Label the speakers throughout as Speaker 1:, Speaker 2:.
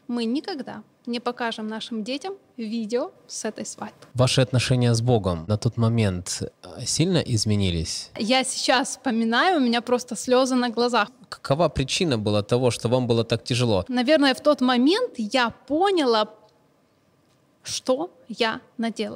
Speaker 1: мы никогда не покажем нашим детям видео с этой свадьбы.
Speaker 2: Ваши отношения с Богом на тот момент сильно изменились?
Speaker 1: Я сейчас вспоминаю, у меня просто слезы на глазах.
Speaker 2: Какова причина была того, что вам было так тяжело?
Speaker 1: Наверное, в тот момент я поняла, что я наделала.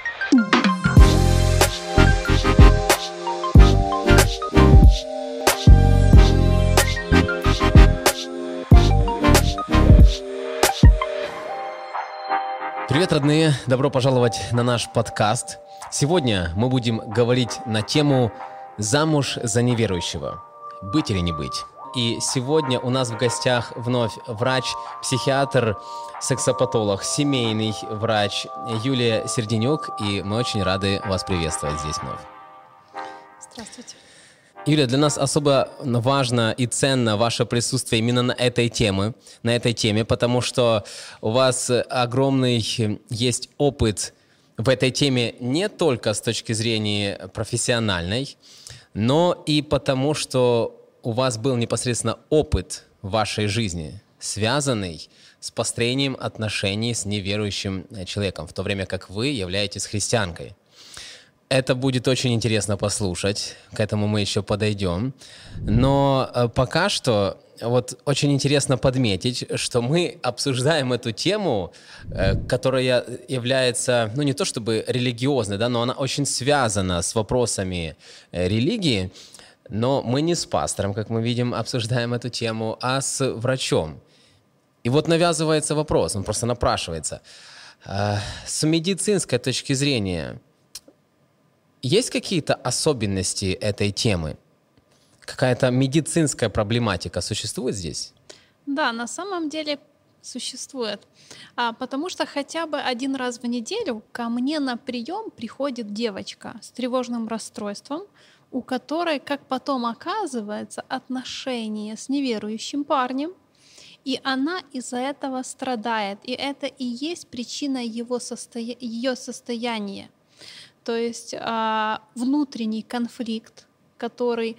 Speaker 2: Привет, родные! Добро пожаловать на наш подкаст. Сегодня мы будем говорить на тему «Замуж за неверующего. Быть или не быть?». И сегодня у нас в гостях вновь врач, психиатр, сексопатолог, семейный врач Юлия Серденюк, и мы очень рады вас приветствовать здесь вновь.
Speaker 1: Здравствуйте.
Speaker 2: Юлия, для нас особо важно и ценно ваше присутствие именно на этой теме, потому что у вас огромный есть опыт в этой теме не только с точки зрения профессиональной, но и потому, что у вас был непосредственно опыт в вашей жизни, связанный с построением отношений с неверующим человеком, в то время как вы являетесь христианкой. Это будет очень интересно послушать, к этому мы еще подойдем. Но пока что вот очень интересно подметить, что мы обсуждаем эту тему, которая является, ну не то чтобы религиозной, да, но она очень связана с вопросами религии, но мы не с пастором, как мы видим, обсуждаем эту тему, а с врачом. И вот навязывается вопрос, он просто напрашивается. С медицинской точки зрения, есть какие-то особенности этой темы? Какая-то медицинская проблематика существует здесь?
Speaker 1: Да, на самом деле существует. Потому что хотя бы один раз в неделю ко мне на прием приходит девочка с тревожным расстройством, у которой, как потом оказывается, отношения с неверующим парнем, и она из-за этого страдает. И это и есть причина ее состояния. То есть внутренний конфликт, который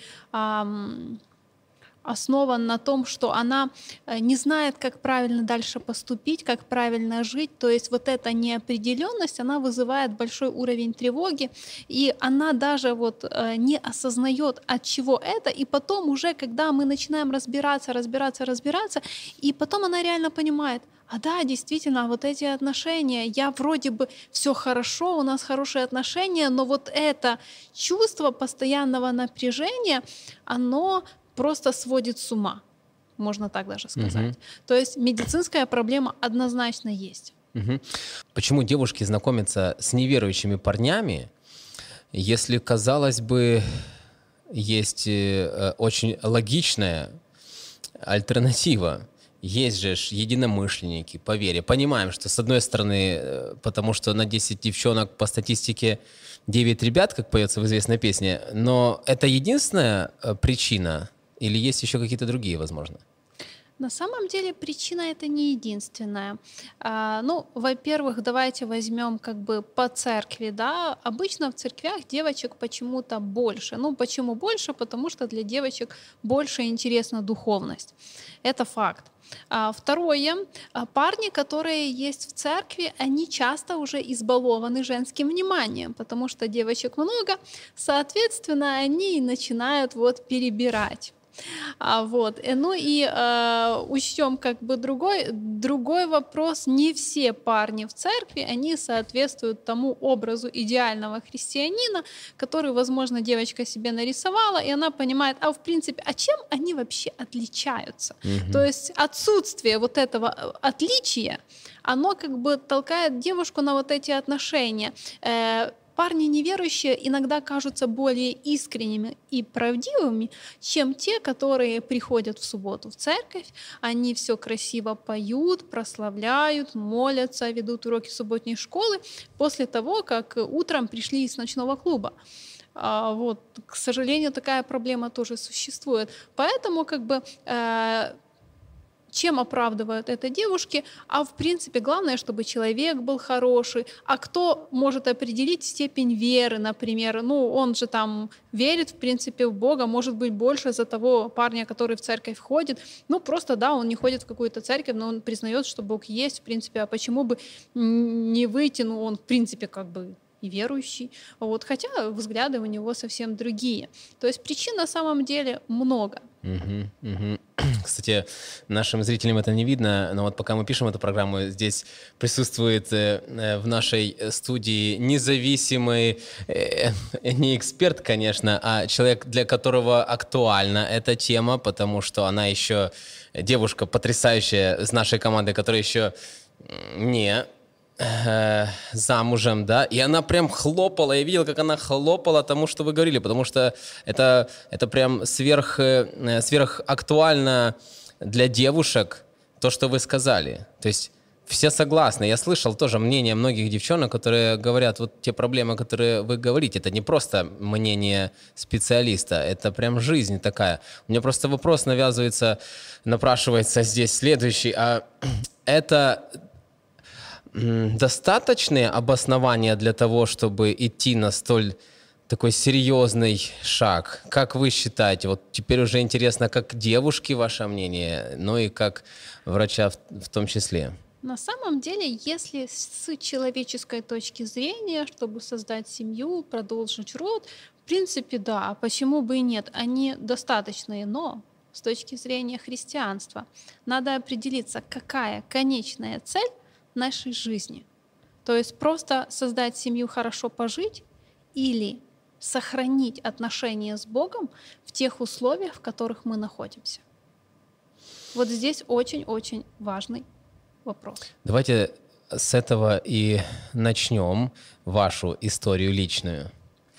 Speaker 1: основан на том, что она не знает, как правильно дальше поступить, как правильно жить. То есть вот эта неопределенность, она вызывает большой уровень тревоги, и она даже вот не осознает, от чего это, и потом уже, когда мы начинаем разбираться, и потом она реально понимает, да, действительно, вот эти отношения, я вроде бы все хорошо, у нас хорошие отношения, но вот это чувство постоянного напряжения, оно просто сводит с ума, можно так даже сказать. То есть медицинская проблема однозначно есть.
Speaker 2: Почему девушки знакомятся с неверующими парнями, если, казалось бы, есть очень логичная альтернатива? Есть же единомышленники по вере. Понимаем, что с одной стороны, потому что на 10 девчонок по статистике 9 ребят, как поется в известной песне, но это единственная причина или есть еще какие-то другие, возможно?
Speaker 1: На самом деле причина это не единственная. Во-первых, давайте возьмем как бы по церкви, да. Обычно в церквях девочек почему-то больше. Почему больше? Потому что для девочек больше интересна духовность. Это факт. Второе, парни, которые есть в церкви, они часто уже избалованы женским вниманием, потому что девочек много, соответственно, они начинают перебирать. Учтем как бы другой вопрос. Не все парни в церкви, они соответствуют тому образу идеального христианина, который, возможно, девочка себе нарисовала, и она понимает, в принципе, чем они вообще отличаются? То есть отсутствие вот этого отличия, оно как бы толкает девушку на вот эти отношения. Парни неверующие иногда кажутся более искренними и правдивыми, чем те, которые приходят в субботу в церковь, они все красиво поют, прославляют, молятся, ведут уроки субботней школы после того, как утром пришли из ночного клуба. К сожалению, такая проблема тоже существует. Поэтому чем оправдывают это девушки, а в принципе главное, чтобы человек был хороший. А кто может определить степень веры, например? Ну, он же там верит, в принципе, в Бога, может быть, больше за того парня, который в церковь ходит. Ну, просто, да, он не ходит в какую-то церковь, но он признает, что Бог есть, в принципе, а почему бы не выйти? Ну, он, в принципе, как бы и верующий, вот, хотя взгляды у него совсем другие. То есть причин на самом деле много.
Speaker 2: Кстати, нашим зрителям это не видно, но вот пока мы пишем эту программу, здесь присутствует в нашей студии независимый, не эксперт, конечно, а человек, для которого актуальна эта тема, потому что она еще девушка потрясающая из нашей команды, которая еще не замужем, да, и она прям хлопала, я видел, как она хлопала тому, что вы говорили, потому что это прям сверх актуально для девушек, то, что вы сказали. То есть все согласны. Я слышал тоже мнение многих девчонок, которые говорят, вот те проблемы, которые вы говорите, это не просто мнение специалиста, это прям жизнь такая. У меня просто вопрос напрашивается здесь следующий, а это достаточные обоснования для того, чтобы идти на столь такой серьезный шаг? Как вы считаете? Вот теперь уже интересно, как девушки ваше мнение, но и как врача в том числе.
Speaker 1: На самом деле, если с человеческой точки зрения, чтобы создать семью, продолжить род, в принципе, да, а почему бы и нет? Они достаточные, но с точки зрения христианства надо определиться, какая конечная цель нашей жизни. То есть просто создать семью, хорошо пожить или сохранить отношения с Богом в тех условиях, в которых мы находимся. Вот здесь очень-очень важный вопрос.
Speaker 2: Давайте с этого и начнем вашу историю личную.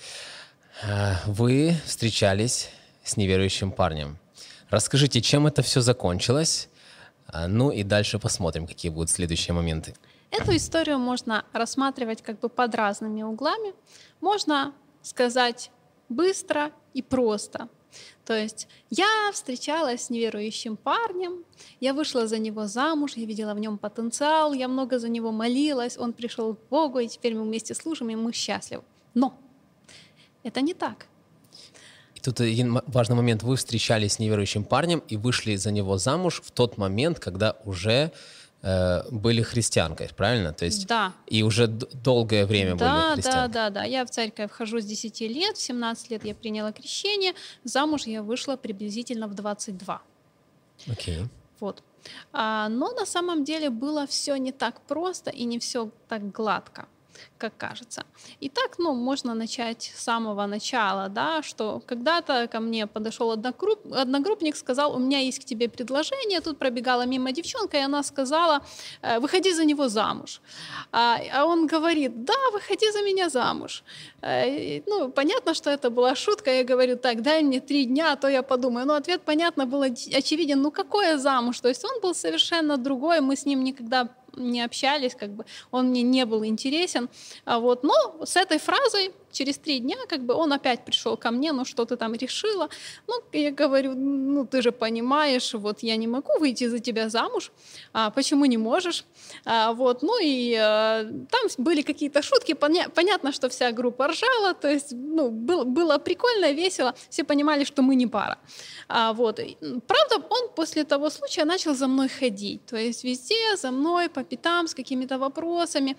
Speaker 2: Вы встречались с неверующим парнем. Расскажите, чем это все закончилось? Ну и дальше посмотрим, какие будут следующие моменты.
Speaker 1: Эту историю можно рассматривать как бы под разными углами. Можно сказать быстро и просто. То есть я встречалась с неверующим парнем, я вышла за него замуж, я видела в нем потенциал, я много за него молилась, он пришел к Богу, и теперь мы вместе служим, и мы счастливы. Но это не так.
Speaker 2: Тут один важный момент. Вы встречались с неверующим парнем и вышли за него замуж в тот момент, когда уже были христианкой, правильно? То есть
Speaker 1: да.
Speaker 2: И уже долгое время были христианкой.
Speaker 1: Да. Я в церковь хожу с 10 лет, в 17 лет я приняла крещение, замуж я вышла приблизительно в 22.
Speaker 2: Окей.
Speaker 1: Вот. Но на самом деле было все не так просто и не все так гладко, как кажется. Итак, можно начать с самого начала, да, что когда-то ко мне подошел одногруппник, сказал, у меня есть к тебе предложение, тут пробегала мимо девчонка, и она сказала, выходи за него замуж. А он говорит, да, выходи за меня замуж. Понятно, что это была шутка, я говорю, так, дай мне 3 дня, а то я подумаю. Ответ, понятно, был очевиден, какое замуж? То есть он был совершенно другой, мы с ним никогда не общались, он мне не был интересен. Но с этой фразой через 3 дня он опять пришел ко мне, что ты там решила? Я говорю, ты же понимаешь, я не могу выйти за тебя замуж, почему не можешь? Там были какие-то шутки, понятно, что вся группа ржала, то есть было прикольно, весело, все понимали, что мы не пара. Правда, он после того случая начал за мной ходить, то есть везде за мной по пятам с какими-то вопросами.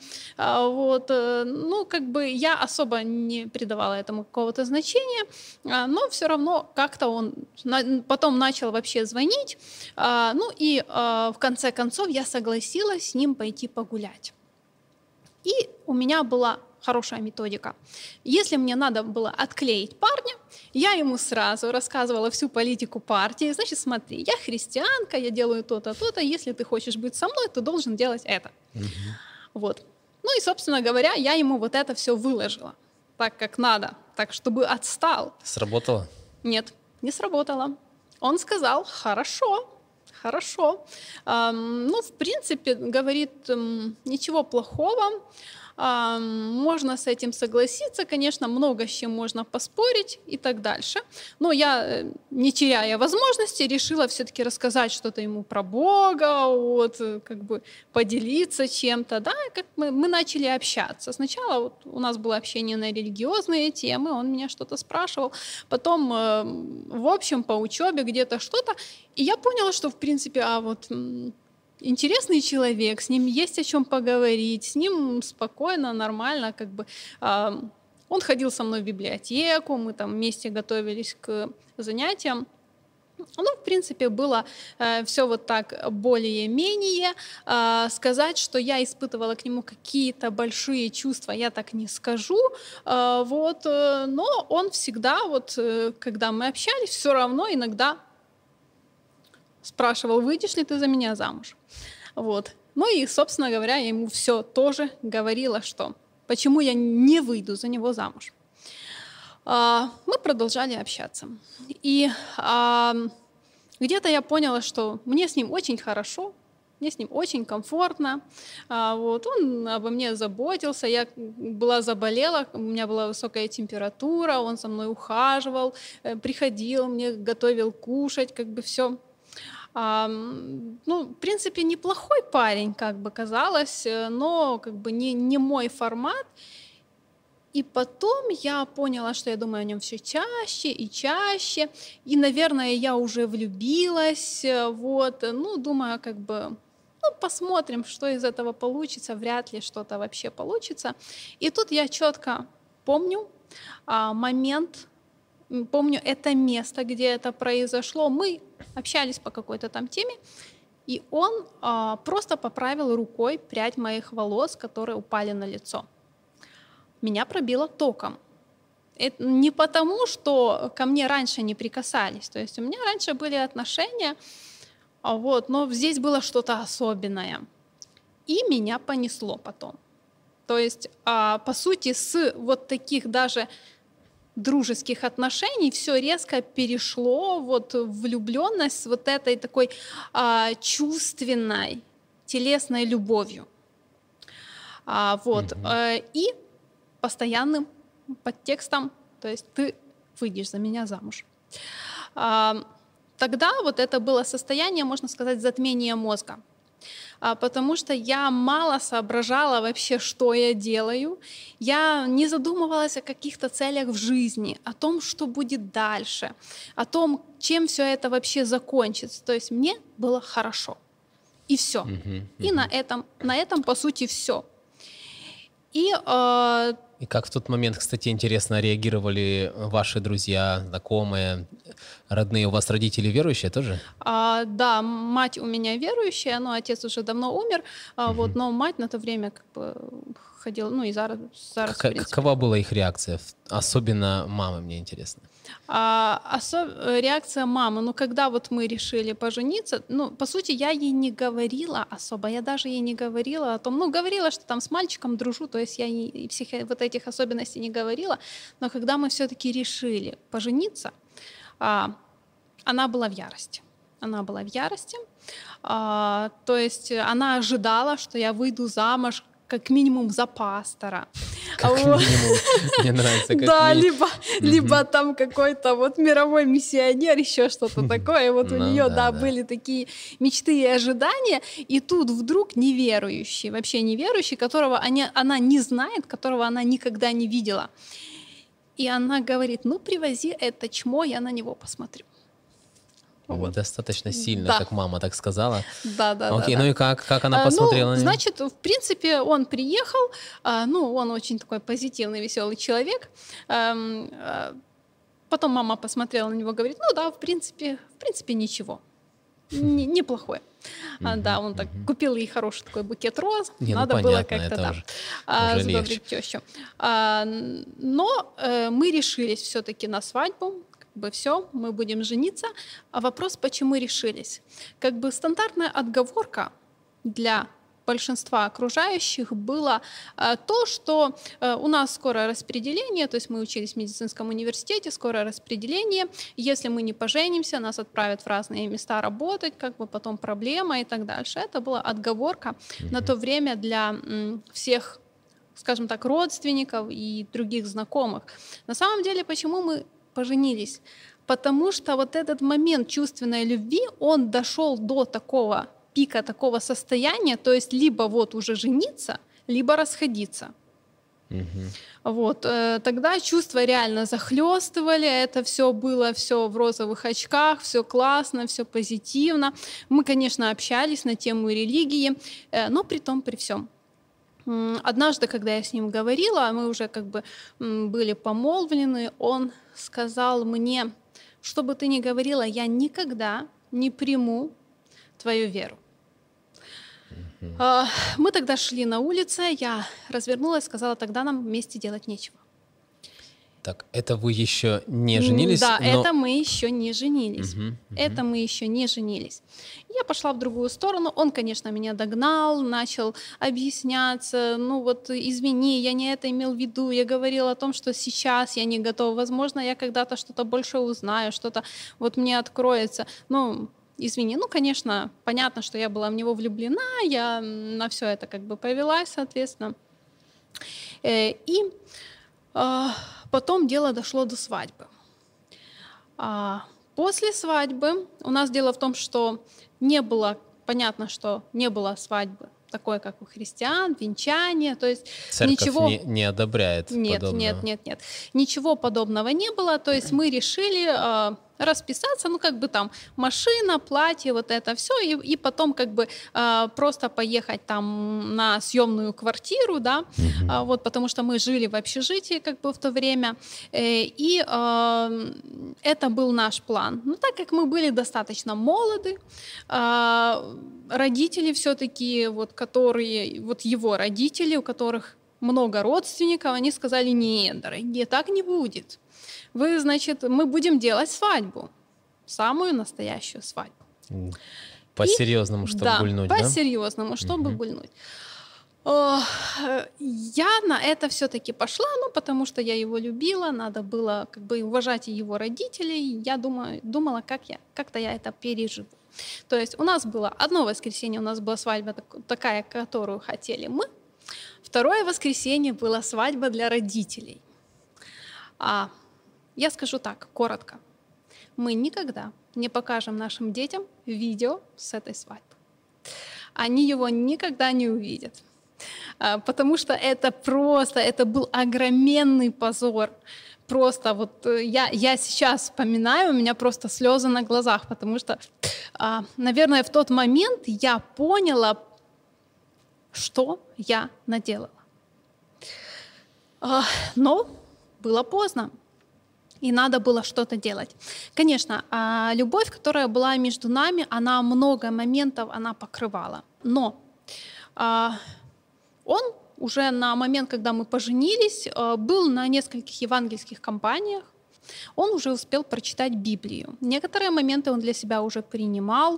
Speaker 1: Я особо не придавала этому какого-то значения, но все равно как-то он потом начал вообще звонить, в конце концов я согласилась с ним пойти погулять. И у меня была хорошая методика. Если мне надо было отклеить парня, я ему сразу рассказывала всю политику партии. Значит, смотри, я христианка, я делаю то-то, то-то. Если ты хочешь быть со мной, ты должен делать это. И, собственно говоря, я ему вот это все выложила так, как надо, так, чтобы отстал.
Speaker 2: Сработало?
Speaker 1: Нет, не сработало. Он сказал, хорошо. В принципе, говорит, ничего плохого. можно с этим согласиться, конечно, много с чем можно поспорить и так дальше. Но я, не теряя возможности, решила все-таки рассказать что-то ему про Бога, вот, как бы поделиться чем-то, да, как мы начали общаться. Сначала вот у нас было общение на религиозные темы, он меня что-то спрашивал, потом, в общем, по учебе где-то что-то, и я поняла, что, в принципе, интересный человек, с ним есть о чем поговорить, с ним спокойно, нормально, как бы. Он ходил со мной в библиотеку, мы там вместе готовились к занятиям. Ну, в принципе, было все вот так более-менее. Сказать, что я испытывала к нему какие-то большие чувства, я так не скажу. Вот, но он всегда, вот, когда мы общались, все равно иногда спрашивал, выйдешь ли ты за меня замуж. Вот. Ну и, собственно говоря, я ему все тоже говорила, что почему я не выйду за него замуж. Мы продолжали общаться. И где-то я поняла, что мне с ним очень хорошо, мне с ним очень комфортно. Вот. Он обо мне заботился, я заболела, у меня была высокая температура, он за мной ухаживал, приходил, мне готовил кушать, как бы все. Ну, в принципе, неплохой парень, как бы казалось, но как бы не мой формат. И потом я поняла, что я думаю о нем все чаще и чаще. И, наверное, я уже влюбилась. Вот. Ну, думаю, как бы, посмотрим, что из этого получится. Вряд ли что-то вообще получится. И тут я четко помню момент, помню это место, где это произошло. Мы общались по какой-то там теме, и он просто поправил рукой прядь моих волос, которые упали на лицо. Меня пробило током. Это не потому, что ко мне раньше не прикасались. То есть у меня раньше были отношения, вот, но здесь было что-то особенное. И меня понесло потом. То есть, по сути, с вот таких даже дружеских отношений все резко перешло вот в влюбленность с вот этой такой чувственной, телесной любовью. Вот. И постоянным подтекстом, то есть ты выйдешь за меня замуж. Тогда вот это было состояние, можно сказать, затмения мозга. Потому что я мало соображала вообще, что я делаю. Я не задумывалась о каких-то целях в жизни, о том, что будет дальше, о том, чем все это вообще закончится. То есть мне было хорошо. И все. И на этом, по сути, все.
Speaker 2: И как в тот момент, кстати, интересно, реагировали ваши друзья, знакомые, родные? У вас родители верующие тоже?
Speaker 1: Да, мать у меня верующая, но отец уже давно умер, вот, но мать на то время как бы ходила, ну и зараз в принципе.
Speaker 2: Какова была их реакция? Особенно мамы, мне интересно.
Speaker 1: Реакция мамы, ну когда вот мы решили пожениться, ну по сути я ей не говорила особо, я даже ей не говорила о том, ну говорила, что там с мальчиком дружу, то есть я ей всех вот этих особенностей не говорила, но когда мы все-таки решили пожениться, она была в ярости. Она была в ярости, то есть она ожидала, что я выйду замуж как минимум за пастора.
Speaker 2: Как минимум, мне нравится. Как
Speaker 1: да, либо там какой-то вот мировой миссионер, еще что-то такое. Вот у нее, да, были такие мечты и ожидания. И тут вдруг неверующий, вообще неверующий, которого она не знает, которого она никогда не видела. И она говорит, ну привози это чмо, я на него посмотрю.
Speaker 2: Вот. Достаточно сильно, как мама так сказала.
Speaker 1: Да.
Speaker 2: Окей, ну и как она посмотрела на него?
Speaker 1: Значит, в принципе, он приехал, он очень такой позитивный, веселый человек. Потом мама посмотрела на него, говорит, ну да, в принципе ничего, неплохое. Да, он так купил ей хороший такой букет роз, надо было как-то задобрить тещу. Но мы решились все-таки на свадьбу. Все, мы будем жениться. А вопрос, почему решились? Как бы стандартная отговорка для большинства окружающих было то, что у нас скорое распределение, то есть мы учились в медицинском университете, скорое распределение. Если мы не поженимся, нас отправят в разные места работать, как бы потом проблема и так дальше. Это была отговорка на то время для всех скажем так, родственников и других знакомых. На самом деле, почему мы поженились? Потому что вот этот момент чувственной любви, он дошел до такого пика, такого состояния, то есть либо вот уже жениться, либо расходиться. Вот, тогда чувства реально захлестывали, это все было все в розовых очках, все классно, все позитивно. Мы, конечно, общались на тему религии, но при том, при всем. Однажды, когда я с ним говорила, мы уже как бы были помолвлены, он сказал мне: что бы ты ни говорила, я никогда не приму твою веру. Мы тогда шли на улице, я развернулась, сказала: тогда нам вместе делать нечего.
Speaker 2: Так, это вы еще не женились?
Speaker 1: Да, это мы еще не женились. Это мы еще не женились. Я пошла в другую сторону. Он, конечно, меня догнал, начал объясняться. Ну вот, извини, я не это имел в виду. Я говорила о том, что сейчас я не готова. Возможно, я когда-то что-то больше узнаю, что-то вот мне откроется. Ну, извини. Ну, конечно, понятно, что я была в него влюблена. Я на все это как бы повелась, соответственно. И потом дело дошло до свадьбы. После свадьбы у нас дело в том, что не было, понятно, что не было свадьбы такой, как у христиан, венчание, то есть
Speaker 2: Церковь
Speaker 1: ничего...
Speaker 2: не одобряет подобного.
Speaker 1: Нет. Ничего подобного не было, то есть мы решили расписаться, ну как бы там машина, платье, вот это все, и потом как бы просто поехать там на съемную квартиру, да, вот, потому что мы жили в общежитии как бы в то время, и это был наш план. Но так как мы были достаточно молоды, родители все-таки, вот, которые, вот его родители, у которых много родственников, они сказали: нет, дорогие, так не будет. Вы, значит, мы будем делать свадьбу, самую настоящую свадьбу.
Speaker 2: По-серьезному, чтобы гульнуть, да?
Speaker 1: По-серьезному, чтобы гульнуть. Я на это все-таки пошла, ну, потому что я его любила, надо было как бы уважать и его родителей. Я думала, как-то я это переживу. То есть у нас было одно воскресенье, у нас была свадьба такая, которую хотели мы. Второе воскресенье была свадьба для родителей. Я скажу так, коротко. Мы никогда не покажем нашим детям видео с этой свадьбы. Они его никогда не увидят. Потому что это был огроменный позор. Просто вот я сейчас вспоминаю, у меня просто слезы на глазах, потому что, наверное, в тот момент я поняла, что я наделала. Но было поздно, и надо было что-то делать. Конечно, любовь, которая была между нами, она много моментов она покрывала. Но он уже на момент, когда мы поженились, был на нескольких евангельских кампаниях. Он уже успел прочитать Библию. Некоторые моменты он для себя уже принимал.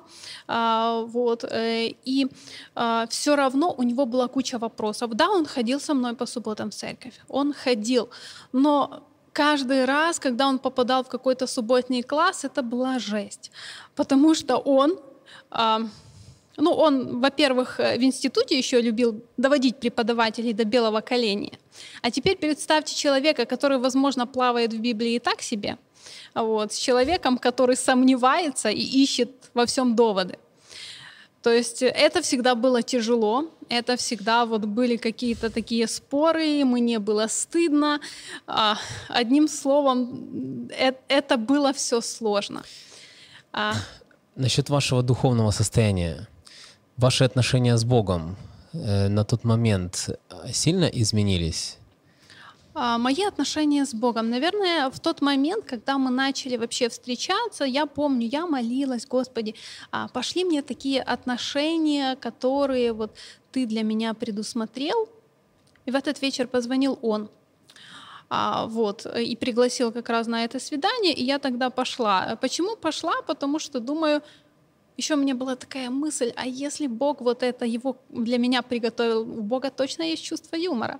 Speaker 1: И все равно у него была куча вопросов. Да, он ходил со мной по субботам в церковь. Он ходил. Но каждый раз, когда он попадал в какой-то субботний класс, это была жесть. Потому что он, во-первых, в институте еще любил доводить преподавателей до белого коленя. А теперь представьте человека, который, возможно, плавает в Библии так себе, с человеком, который сомневается и ищет во всем доводы. То есть это всегда было тяжело, это всегда были какие-то такие споры, мне было стыдно. Одним словом, это было все сложно.
Speaker 2: Насчет вашего духовного состояния. Ваши отношения с Богом на тот момент сильно изменились?
Speaker 1: Мои отношения с Богом, наверное, в тот момент, когда мы начали вообще встречаться, я помню, я молилась: Господи, пошли мне такие отношения, которые Ты для меня предусмотрел. И в этот вечер позвонил он, и пригласил как раз на это свидание, и я тогда пошла. Почему пошла? Потому что думаю, еще у меня была такая мысль: а если Бог это его для меня приготовил, у Бога точно есть чувство юмора.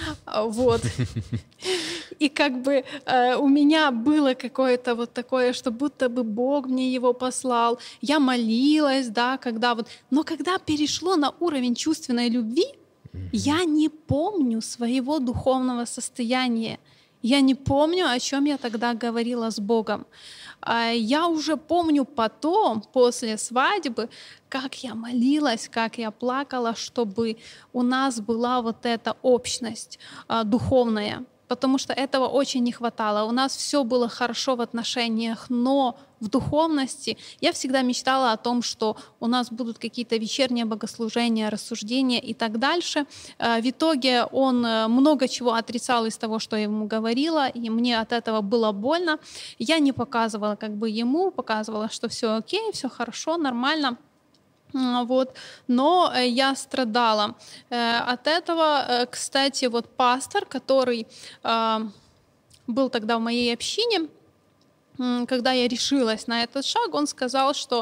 Speaker 1: И как бы у меня было какое-то такое, что будто бы Бог мне его послал. Я молилась, да, но когда перешло на уровень чувственной любви, Я не помню своего духовного состояния. Я не помню, о чем я тогда говорила с Богом. Я уже помню потом, после свадьбы, как я молилась, как я плакала, чтобы у нас была вот эта общность духовная, потому что этого очень не хватало. У нас все было хорошо в отношениях, но в духовности я всегда мечтала о том, что у нас будут какие-то вечерние богослужения, рассуждения и так дальше. В итоге он много чего отрицал из того, что я ему говорила, и мне от этого было больно. Я не показывала как бы ему, показывала, что все окей, все хорошо, нормально. Вот. Но я страдала от этого. Кстати, вот пастор, который был тогда в моей общине, когда я решилась на этот шаг, он сказал, что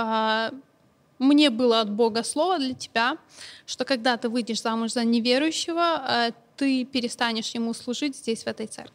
Speaker 1: мне было от Бога слово для тебя, что когда ты выйдешь замуж за неверующего, ты перестанешь ему служить здесь, в этой церкви.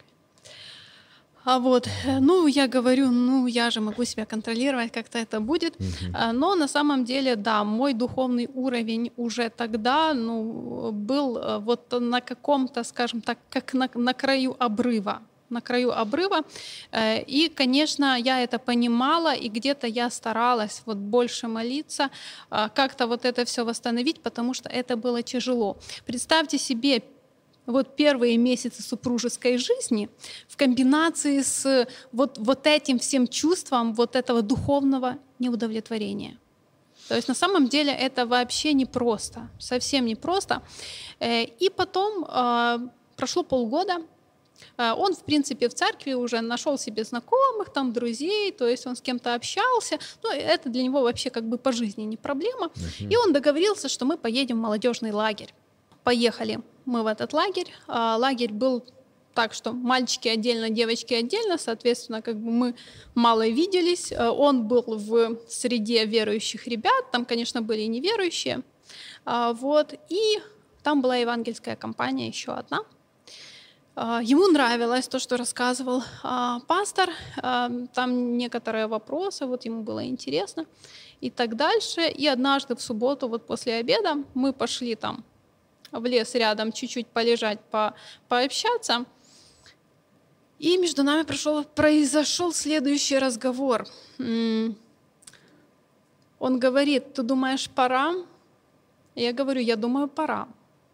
Speaker 1: Вот, я говорю, я же могу себя контролировать, как-то это будет. Но на самом деле, да, мой духовный уровень уже тогда, был вот на каком-то, скажем так, как на краю обрыва. На краю обрыва. И, конечно, я это понимала, и где-то я старалась вот больше молиться, как-то вот это все восстановить, потому что это было тяжело. Представьте себе, вот первые месяцы супружеской жизни в комбинации с вот этим всем чувством вот этого духовного неудовлетворения. То есть на самом деле это вообще непросто, совсем непросто. И потом прошло полгода, он, в принципе, в церкви уже нашел себе знакомых, там, друзей, то есть он с кем-то общался. Это для него вообще как бы по жизни не проблема. И он договорился, что мы поедем в молодежный лагерь. Поехали мы в этот лагерь. Лагерь был так, что мальчики отдельно, девочки отдельно, соответственно, как бы мы мало виделись. Он был в среде верующих ребят, там, конечно, были и неверующие. Вот. И там была евангельская компания, еще одна. Ему нравилось то, что рассказывал пастор, там некоторые вопросы, вот ему было интересно и так дальше. И однажды в субботу, вот после обеда, мы пошли там в лес рядом чуть-чуть полежать, пообщаться. И между нами произошел следующий разговор. Он говорит: ты думаешь, пора? Я говорю: я думаю, пора.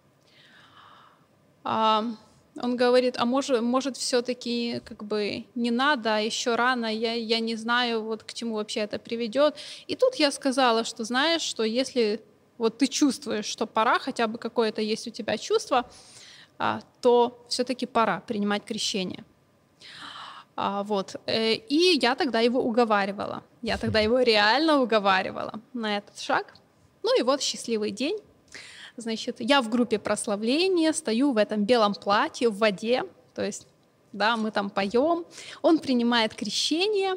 Speaker 1: Он говорит: а может все-таки как бы не надо, еще рано, я не знаю, вот к чему вообще это приведет. И тут я сказала, что знаешь, что если вот ты чувствуешь, что пора, хотя бы какое-то есть у тебя чувство, то все-таки пора принимать крещение. Вот. И я тогда его уговаривала. Я тогда его реально уговаривала на этот шаг. И вот счастливый день. Значит, я в группе прославления, стою в этом белом платье, в воде, то есть, да, мы там поем. Он принимает крещение.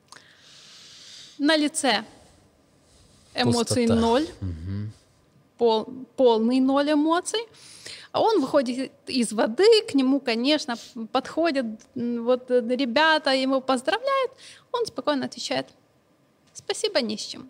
Speaker 1: На лице эмоций
Speaker 2: Пустота.
Speaker 1: 0, полный 0 эмоций. А он выходит из воды, к нему, конечно, подходят вот ребята, его поздравляют. Он спокойно отвечает: спасибо, ни с чем.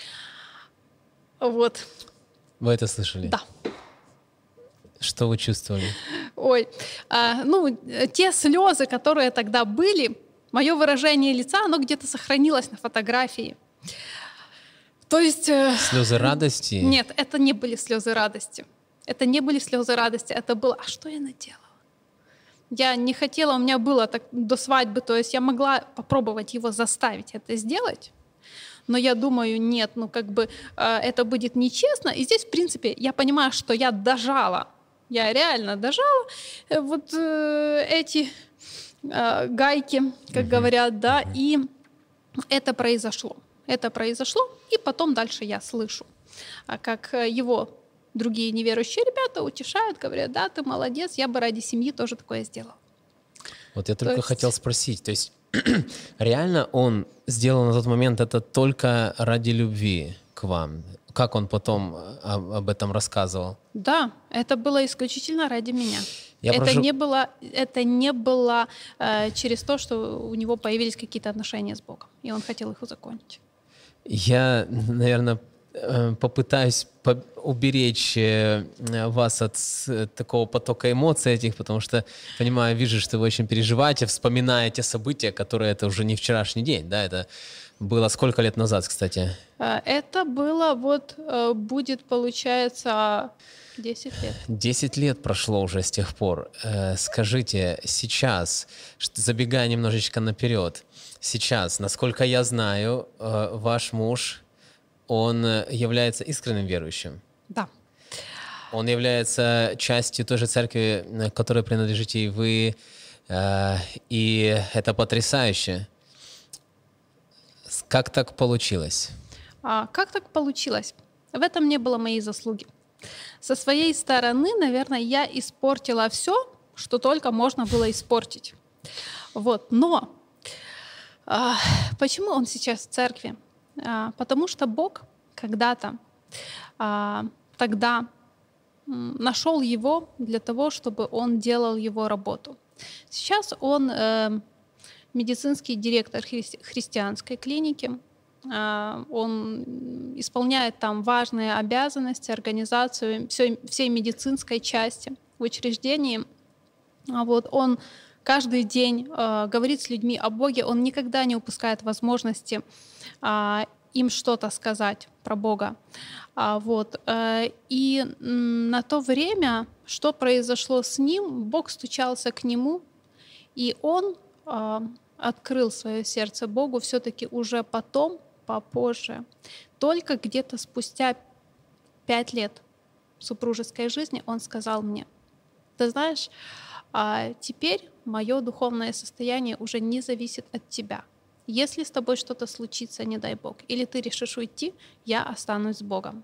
Speaker 1: Вот.
Speaker 2: Вы это слышали?
Speaker 1: Да.
Speaker 2: Что вы чувствовали?
Speaker 1: Ой, те слезы, которые тогда были, мое выражение лица, оно где-то сохранилось на фотографии. То есть...
Speaker 2: Слезы радости?
Speaker 1: Нет, это не были слезы радости. Это не были слезы радости. Это было: а что я наделала? Я не хотела, у меня было так до свадьбы, то есть я могла попробовать его заставить это сделать. Но я думаю, нет, это будет нечестно. И здесь, в принципе, я понимаю, что я дожала. Я реально дожала вот эти гайки, как говорят, да, и это произошло. Это произошло, и потом дальше я слышу, как его другие неверующие ребята утешают, говорят: да, ты молодец, я бы ради семьи тоже такое сделала.
Speaker 2: Вот я только хотел спросить, то есть реально он сделал на тот момент это только ради любви к вам? Как он потом об этом рассказывал?
Speaker 1: Да, это было исключительно ради меня. Это не было через то, что у него появились какие-то отношения с Богом, и он хотел их узаконить.
Speaker 2: Я, наверное, попытаюсь уберечь вас от такого потока эмоций этих, потому что, понимаю, вижу, что вы очень переживаете, вспоминаете события, которые это уже не вчерашний день, да, это было сколько лет назад, кстати?
Speaker 1: Это было будет, получается, 10 лет.
Speaker 2: 10 лет прошло уже с тех пор. Скажите, сейчас, забегая немножечко наперед, сейчас, насколько я знаю, ваш муж, он является искренним верующим.
Speaker 1: Да.
Speaker 2: Он является частью той же церкви, которой принадлежите и вы, и это потрясающе. Как так получилось?
Speaker 1: Как так получилось? В этом не было моей заслуги. Со своей стороны, наверное, я испортила все, что только можно было испортить. Но почему он сейчас в церкви? Потому что Бог когда-то, тогда нашел его для того, чтобы он делал его работу. Сейчас он медицинский директор христианской клиники. Он исполняет там важные обязанности, организацию всей медицинской части в учреждении. Он каждый день говорит с людьми о Боге, он никогда не упускает возможности им что-то сказать про Бога. И на то время, что произошло с ним, Бог стучался к нему, и он открыл свое сердце Богу все-таки уже потом, попозже. Только где-то спустя 5 лет супружеской жизни он сказал мне: ты знаешь, теперь мое духовное состояние уже не зависит от тебя. Если с тобой что-то случится, не дай Бог, или ты решишь уйти, я останусь с Богом.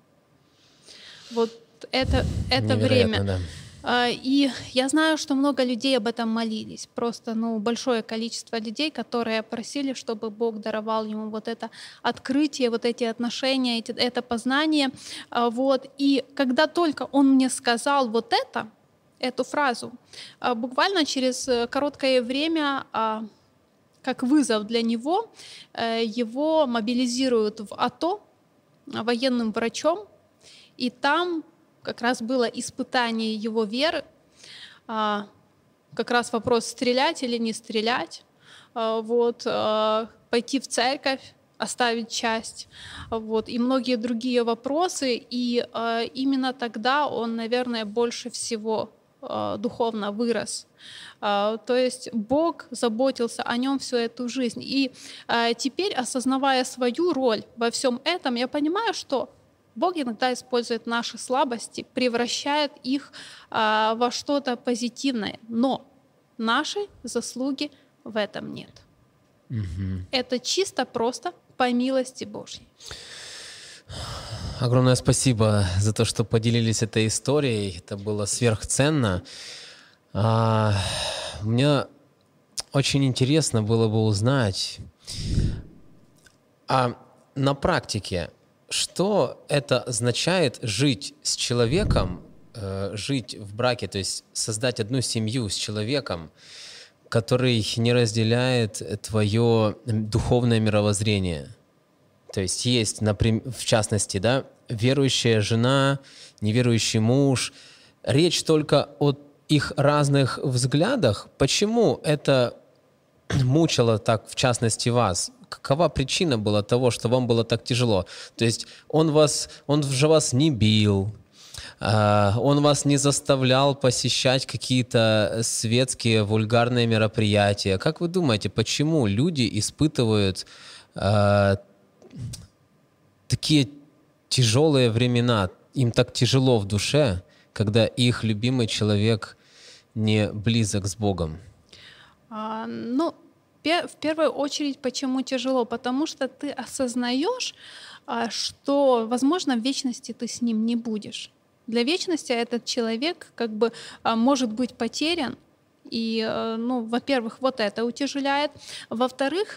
Speaker 1: Это время.
Speaker 2: Да.
Speaker 1: И я знаю, что много людей об этом молились. Просто большое количество людей, которые просили, чтобы Бог даровал ему это открытие, эти отношения, это познание. И когда только он мне сказал эту фразу, буквально через короткое время, как вызов для него, его мобилизируют в АТО военным врачом, и там как раз было испытание его веры, как раз вопрос, стрелять или не стрелять, пойти в церковь, оставить часть, и многие другие вопросы. И именно тогда он, наверное, больше всего духовно вырос. То есть Бог заботился о нем всю эту жизнь. И теперь, осознавая свою роль во всем этом, я понимаю, что Бог иногда использует наши слабости, превращает их во что-то позитивное, но нашей заслуги в этом нет.
Speaker 2: Угу.
Speaker 1: Это чисто просто по милости Божьей.
Speaker 2: Огромное спасибо за то, что поделились этой историей. Это было сверхценно. Мне очень интересно было бы узнать, на практике, что это означает жить с человеком, жить в браке, то есть создать одну семью с человеком, который не разделяет твое духовное мировоззрение. То есть есть, например, в частности, да, верующая жена, неверующий муж. Речь только о их разных взглядах. Почему это мучило так, в частности, вас? Какова причина была того, что вам было так тяжело? То есть он же вас не бил, он вас не заставлял посещать какие-то светские вульгарные мероприятия. Как вы думаете, почему люди испытывают такие тяжелые времена, им так тяжело в душе, когда их любимый человек не близок с Богом?
Speaker 1: В первую очередь, почему тяжело? Потому что ты осознаешь, что, возможно, в вечности ты с ним не будешь. Для вечности этот человек может быть потерян. И, во-первых, это утяжеляет. Во-вторых,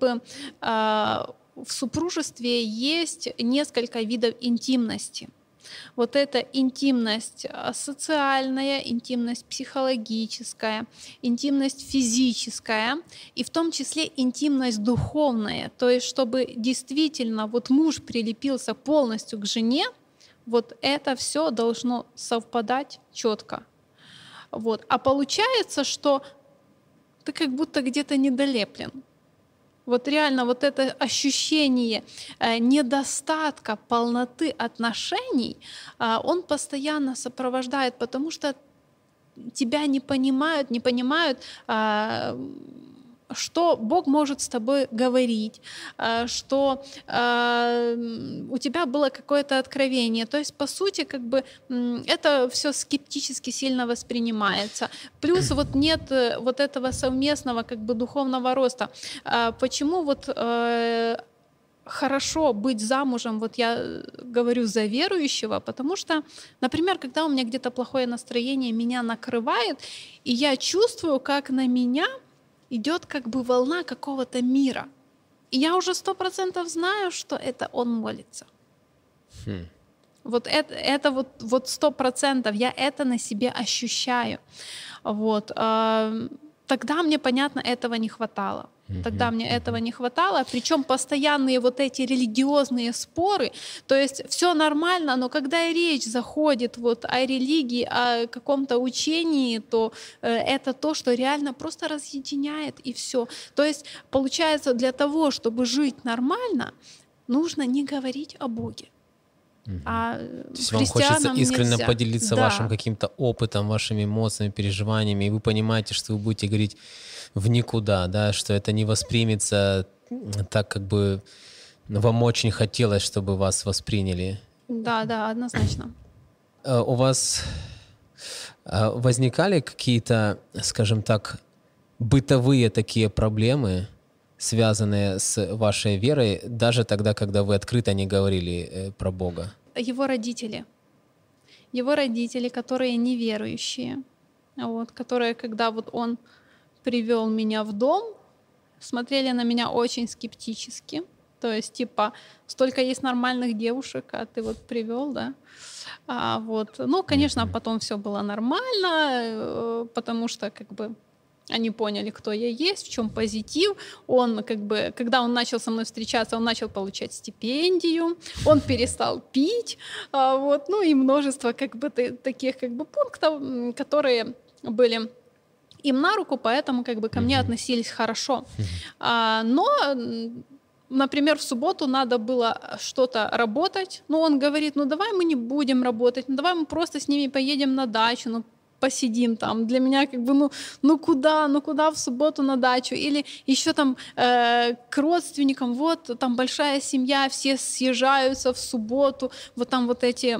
Speaker 1: в супружестве есть несколько видов интимности. Вот это интимность социальная, интимность психологическая, интимность физическая, и в том числе интимность духовная. То есть чтобы действительно вот муж прилепился полностью к жене, вот это все должно совпадать четко. Вот. А получается, что ты как будто где-то недолеплен. Вот реально вот это ощущение недостатка, полноты отношений, он постоянно сопровождает, потому что тебя не понимают, что Бог может с тобой говорить, что у тебя было какое-то откровение. То есть, по сути, как бы это все скептически сильно воспринимается. Плюс вот нет вот этого совместного как бы духовного роста. Почему вот хорошо быть замужем, вот я говорю за верующего, потому что, например, когда у меня где-то плохое настроение, меня накрывает, и я чувствую, как на меня идет как бы волна какого-то мира. И я уже 100% знаю, что это он молится. Вот это вот 100%, я это на себе ощущаю. Вот. Тогда мне, понятно, этого не хватало. Тогда мне этого не хватало, причем постоянные вот эти религиозные споры, то есть все нормально, но когда речь заходит вот о религии, о каком-то учении, то это то, что реально просто разъединяет и все. То есть получается, для того, чтобы жить нормально, нужно не говорить о Боге.
Speaker 2: То есть вам хочется искренне
Speaker 1: нельзя.
Speaker 2: поделиться вашим каким-то опытом, вашими эмоциями, переживаниями, и вы понимаете, что вы будете говорить в никуда, да, что это не воспримется так, как бы вам очень хотелось, чтобы вас восприняли.
Speaker 1: Да, однозначно.
Speaker 2: У вас возникали какие-то, скажем так, бытовые такие проблемы, связанные с вашей верой, даже тогда, когда вы открыто не говорили про Бога?
Speaker 1: Его родители, которые неверующие, вот, которые, когда вот он привел меня в дом, смотрели на меня очень скептически. То есть, типа, столько есть нормальных девушек, а ты вот привел, да? Вот. Ну, конечно, потом все было нормально, потому что, как бы, они поняли, кто я есть, в чем позитив. Он, как бы, когда он начал со мной встречаться, он начал получать стипендию, он перестал пить, вот, ну и множество, как бы, таких, как бы, пунктов, которые были им на руку, поэтому, как бы, ко мне относились хорошо. Но, например, в субботу надо было что-то работать, но он говорит, ну давай мы не будем работать, ну давай мы просто с ними поедем на дачу, ну посидим там. Для меня как бы, ну куда в субботу на дачу? Или еще там к родственникам, вот там большая семья, все съезжаются в субботу, вот там вот эти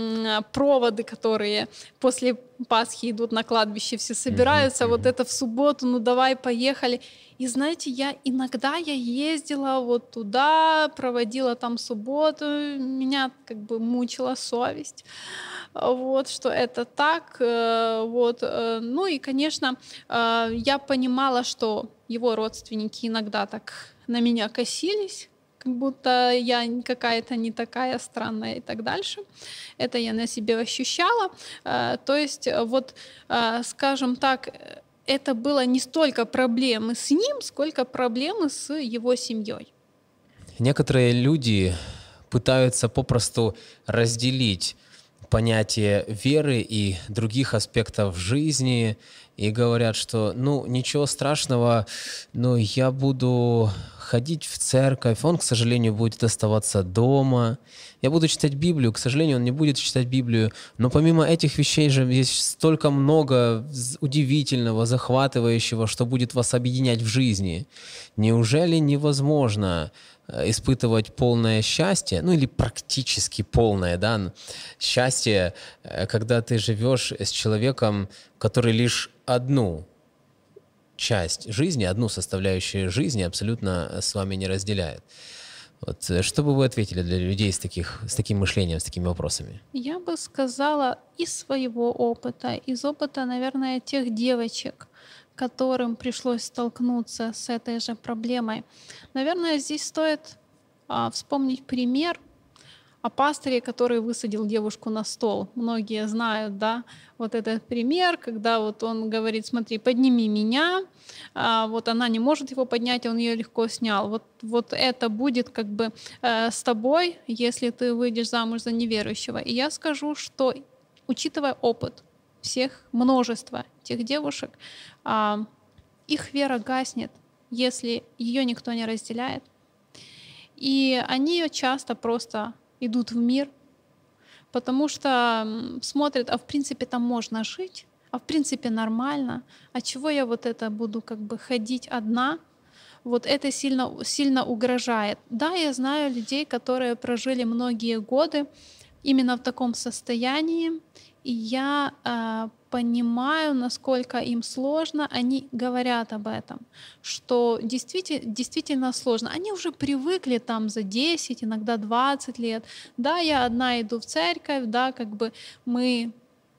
Speaker 1: проводы, которые после Пасхи идут на кладбище, все собираются, вот это в субботу, ну давай, поехали. И знаете, иногда ездила вот туда, проводила там субботу, меня как бы мучила совесть, вот, что это так, вот. Ну и, конечно, я понимала, что его родственники иногда так на меня косились, как будто я какая-то не такая странная и так дальше. Это я на себе ощущала. То есть вот, скажем так, это было не столько проблемы с ним, сколько проблемы с его семьей.
Speaker 2: Некоторые люди пытаются попросту разделить понятие веры и других аспектов жизни и говорят, что, ну, ничего страшного, но я буду ходить в церковь, он, к сожалению, будет оставаться дома. Я буду читать Библию, к сожалению, он не будет читать Библию. Но помимо этих вещей же есть столько много удивительного, захватывающего, что будет вас объединять в жизни. Неужели невозможно испытывать полное счастье, ну или практически полное, да, счастье, когда ты живешь с человеком, который лишь одну часть жизни, одну составляющую жизни абсолютно с вами не разделяет. Вот, что бы вы ответили для людей с таким мышлением, с такими вопросами?
Speaker 1: Я бы сказала из своего опыта, из опыта, наверное, тех девочек, которым пришлось столкнуться с этой же проблемой. Наверное, здесь стоит вспомнить пример о пастыре, который высадил девушку на стол. Многие знают, да, вот этот пример, когда вот он говорит: смотри, подними меня, вот она не может его поднять, он ее легко снял. Вот это будет как бы с тобой, если ты выйдешь замуж за неверующего. И я скажу, что, учитывая опыт всех, множество тех девушек, их вера гаснет, если ее никто не разделяет. И они часто просто идут в мир, потому что смотрят, а в принципе там можно жить, а в принципе нормально, а чего я вот это буду как бы ходить одна? Вот это сильно, сильно угрожает. Да, я знаю людей, которые прожили многие годы именно в таком состоянии, и я понимаю, насколько им сложно, они говорят об этом, что действительно сложно. Они уже привыкли там за 10, иногда 20 лет. Да, я одна иду в церковь, да, как бы мы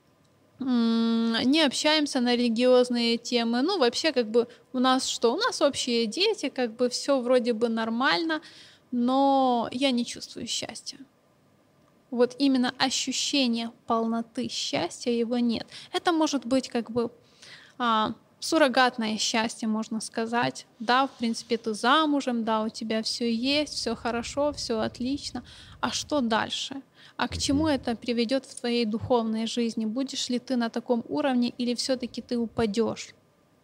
Speaker 1: не общаемся на религиозные темы. Ну, вообще, как бы у нас что? У нас общие дети, как бы все вроде бы нормально, но я не чувствую счастья. Вот именно ощущение полноты счастья его нет. Это может быть как бы суррогатное счастье, можно сказать. Да, в принципе, ты замужем, да, у тебя все есть, все хорошо, все отлично. А что дальше? А к чему это приведет в твоей духовной жизни? Будешь ли ты на таком уровне или все-таки ты упадешь?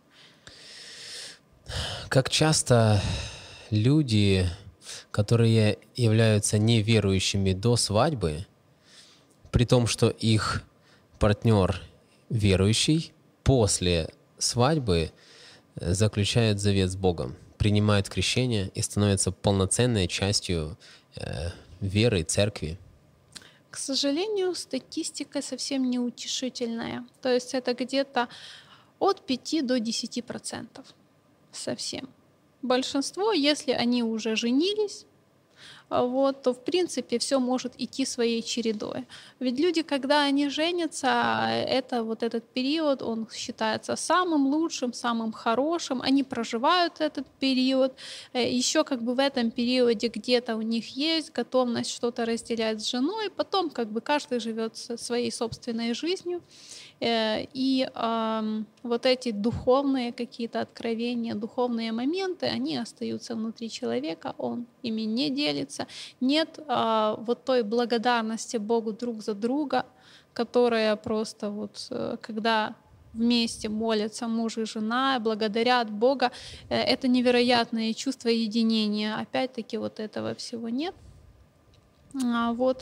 Speaker 2: Как часто люди, которые являются неверующими до свадьбы, при том, что их партнер верующий, после свадьбы заключают завет с Богом, принимают крещение и становятся полноценной частью веры, церкви.
Speaker 1: К сожалению, статистика совсем неутешительная. То есть это где-то от 5 до 10% совсем. Большинство, если они уже женились, вот, то в принципе все может идти своей чередой. Ведь люди, когда они женятся, это вот этот период, он считается самым лучшим, самым хорошим. Они проживают этот период. Еще как бы в этом периоде где-то у них есть готовность что-то разделять с женой. Потом как бы каждый живет своей собственной жизнью. И вот эти духовные какие-то откровения, духовные моменты, они остаются внутри человека, он ими не делится. Нет вот той благодарности Богу друг за друга, которая просто вот когда вместе молятся муж и жена, благодарят Бога, это невероятное чувство единения. Опять-таки вот этого всего нет. Вот.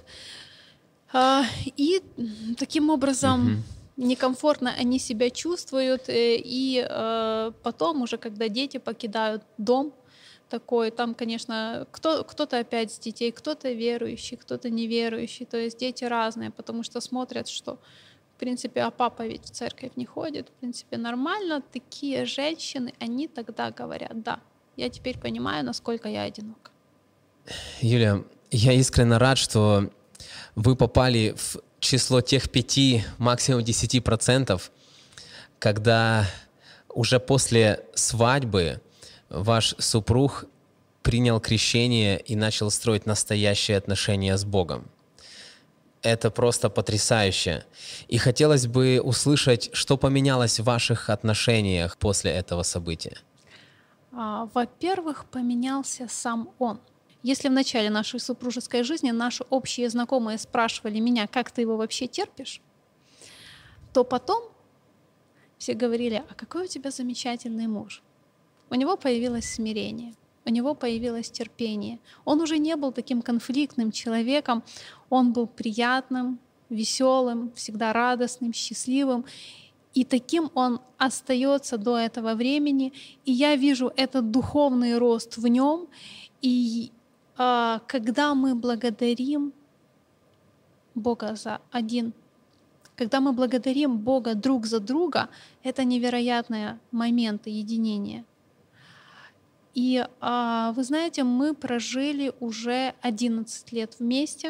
Speaker 1: И таким образом некомфортно они себя чувствуют, и потом уже, когда дети покидают дом такой, там, конечно, кто-то опять с детей, кто-то верующий, кто-то неверующий, то есть дети разные, потому что смотрят, что, в принципе, а папа ведь в церковь не ходит, в принципе, нормально. Такие женщины, они тогда говорят: да, я теперь понимаю, насколько я одинока.
Speaker 2: Юлия, я искренне рад, что вы попали в число тех 5, максимум 10%, когда уже после свадьбы ваш супруг принял крещение и начал строить настоящие отношения с Богом. Это просто потрясающе. И хотелось бы услышать, что поменялось в ваших отношениях после этого события.
Speaker 1: Во-первых, поменялся сам он. Если в начале нашей супружеской жизни наши общие знакомые спрашивали меня: как ты его вообще терпишь, то потом все говорили: а какой у тебя замечательный муж. У него появилось смирение, у него появилось терпение. Он уже не был таким конфликтным человеком, он был приятным, веселым, всегда радостным, счастливым. И таким он остается до этого времени. И я вижу этот духовный рост в нем. И когда мы благодарим Бога за один, когда мы благодарим Бога друг за друга, это невероятные моменты единения. И вы знаете, мы прожили уже 11 лет вместе,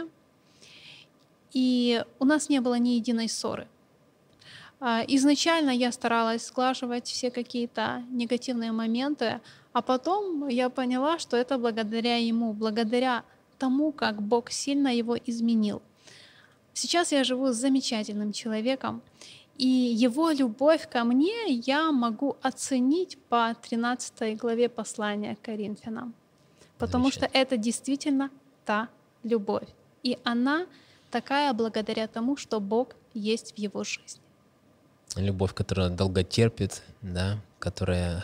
Speaker 1: и у нас не было ни единой ссоры. Изначально я старалась сглаживать все какие-то негативные моменты, а потом я поняла, что это благодаря ему, благодаря тому, как Бог сильно его изменил. Сейчас я живу с замечательным человеком, и его любовь ко мне я могу оценить по 13 главе послания к Коринфянам, потому что это действительно та любовь. И она такая благодаря тому, что Бог есть в его жизни.
Speaker 2: Любовь, которая долготерпит, да, которая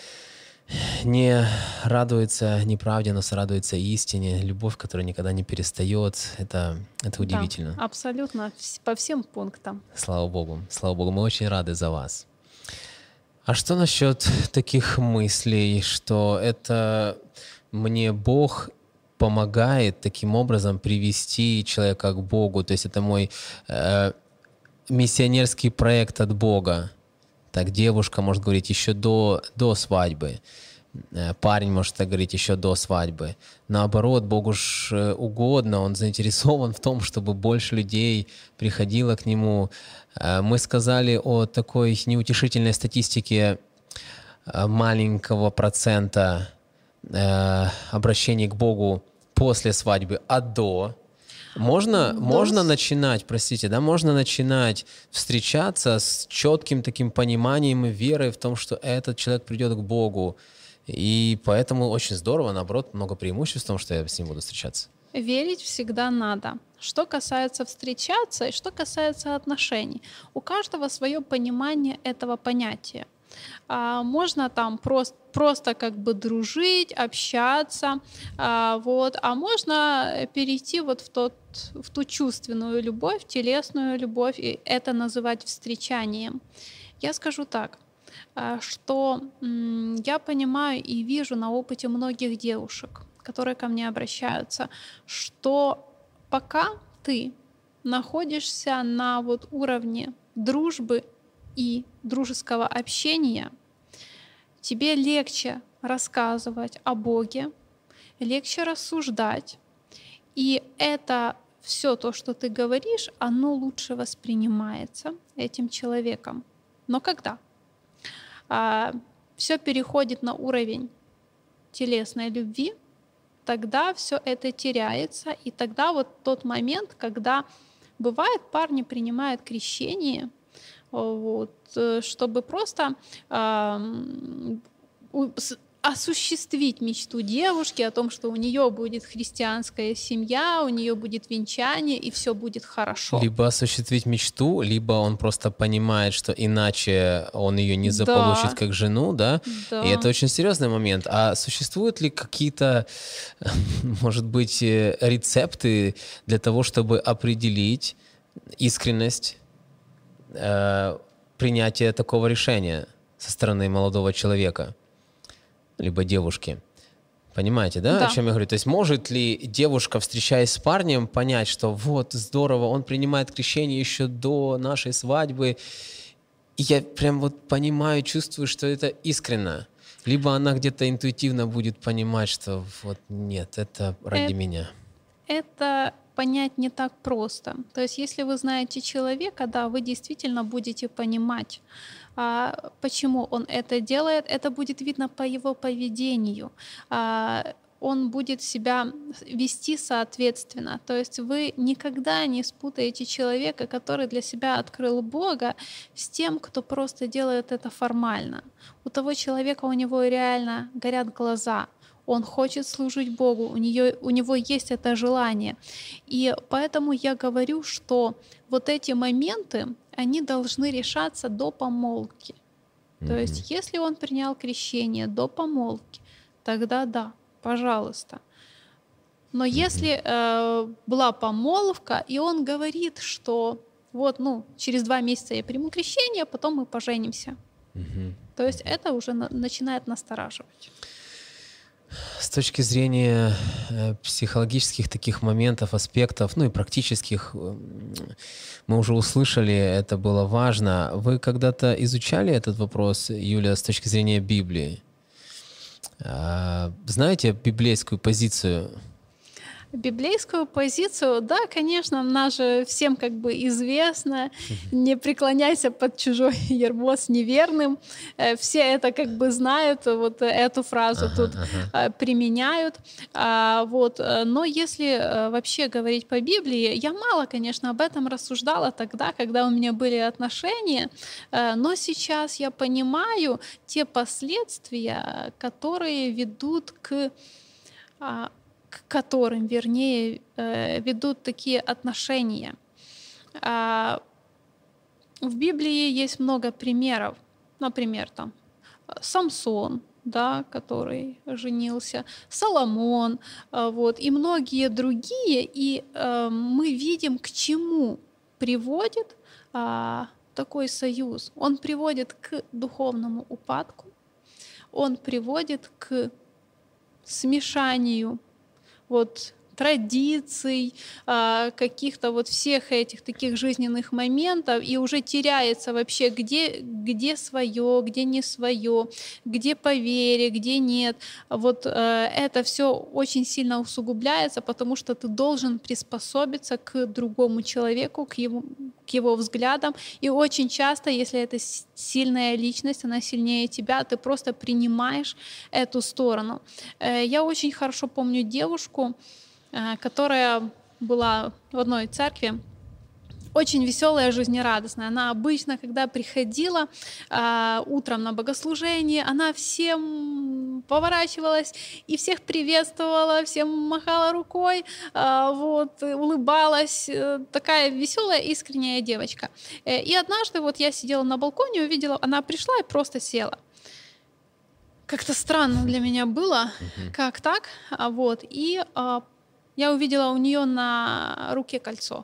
Speaker 2: не радуется неправде, но радуется истине. Любовь, которая никогда не перестает. Это удивительно.
Speaker 1: Да, абсолютно, по всем пунктам.
Speaker 2: Слава Богу. Слава Богу. Мы очень рады за вас. А что насчет таких мыслей, что это мне Бог помогает таким образом привести человека к Богу? То есть это мой миссионерский проект от Бога. Так девушка может говорить еще до свадьбы. Парень может так говорить еще до свадьбы. Наоборот, Богу ж угодно, Он заинтересован в том, чтобы больше людей приходило к Нему. Мы сказали о такой неутешительной статистике маленького процента обращений к Богу после свадьбы, а до. Можно начинать, можно начинать встречаться с четким таким пониманием и верой в том, что этот человек придет к Богу. И поэтому очень здорово, наоборот, много преимуществ в том, что я с ним буду встречаться.
Speaker 1: Верить всегда надо. Что касается встречаться и что касается отношений. У каждого свое понимание этого понятия. Можно там просто как бы дружить, общаться, а можно перейти вот в ту чувственную любовь, телесную любовь, и это называть встречанием. Я скажу так, что я понимаю и вижу на опыте многих девушек, которые ко мне обращаются, что пока ты находишься на вот уровне дружбы и дружеского общения, тебе легче рассказывать о Боге, легче рассуждать, и это все то, что ты говоришь, оно лучше воспринимается этим человеком. Но когда все переходит на уровень телесной любви, тогда все это теряется, и тогда вот тот момент, когда бывает, парни принимают крещение, вот, чтобы просто осуществить мечту девушки о том, что у нее будет христианская семья, у нее будет венчание, и все будет хорошо.
Speaker 2: Либо осуществить мечту, либо он просто понимает, что иначе он ее не заполучит как жену, да? И это очень серьезный момент. А существуют ли какие-то, может быть, рецепты для того, чтобы определить искренность принятия такого решения со стороны молодого человека? Либо девушки. Понимаете, да, о чем я говорю? То есть может ли девушка, встречаясь с парнем, понять, что вот, здорово, он принимает крещение еще до нашей свадьбы, и я прям вот понимаю, чувствую, что это искренно. Либо она где-то интуитивно будет понимать, что вот нет, это ради меня.
Speaker 1: Это понять не так просто. То есть если вы знаете человека, да, вы действительно будете понимать, почему он это делает. Это будет видно по его поведению. Он будет себя вести соответственно. То есть вы никогда не спутаете человека, который для себя открыл Бога, с тем, кто просто делает это формально. У того человека, у него реально горят глаза. Он хочет служить Богу, у него есть это желание. И поэтому я говорю, что вот эти моменты, они должны решаться до помолвки. То есть если он принял крещение до помолвки, тогда да, пожалуйста. Но если была помолвка, и он говорит, что вот, через 2 месяца я приму крещение, а потом мы поженимся. То есть это уже начинает настораживать.
Speaker 2: С точки зрения психологических таких моментов, аспектов, и практических, мы уже услышали, это было важно. Вы когда-то изучали этот вопрос, Юля, с точки зрения Библии? Знаете библейскую позицию?
Speaker 1: Библейскую позицию, да, конечно, она же всем как бы известна. Не преклоняйся под чужой ярмо с неверным. Все это как бы знают, вот эту фразу тут применяют. Но если вообще говорить по Библии, я мало, конечно, об этом рассуждала тогда, когда у меня были отношения, но сейчас я понимаю те последствия, которые ведут к которым, вернее, ведут такие отношения. В Библии есть много примеров. Например, там Самсон, да, который женился, Соломон, и многие другие. И мы видим, к чему приводит такой союз. Он приводит к духовному упадку, он приводит к смешанию традиций, каких-то всех этих таких жизненных моментов, и уже теряется вообще, где свое, где не свое, где по вере, где нет. Это все очень сильно усугубляется, потому что ты должен приспособиться к другому человеку, к его взглядам. И очень часто, если это сильная личность, она сильнее тебя, ты просто принимаешь эту сторону. Я очень хорошо помню девушку, которая была в одной церкви, очень веселая, жизнерадостная. Она обычно, когда приходила утром на богослужение, она всем поворачивалась и всех приветствовала, всем махала рукой, улыбалась. Такая веселая, искренняя девочка. И однажды я сидела на балконе, увидела, она пришла и просто села. Как-то странно для меня было, как так? И я увидела у нее на руке кольцо.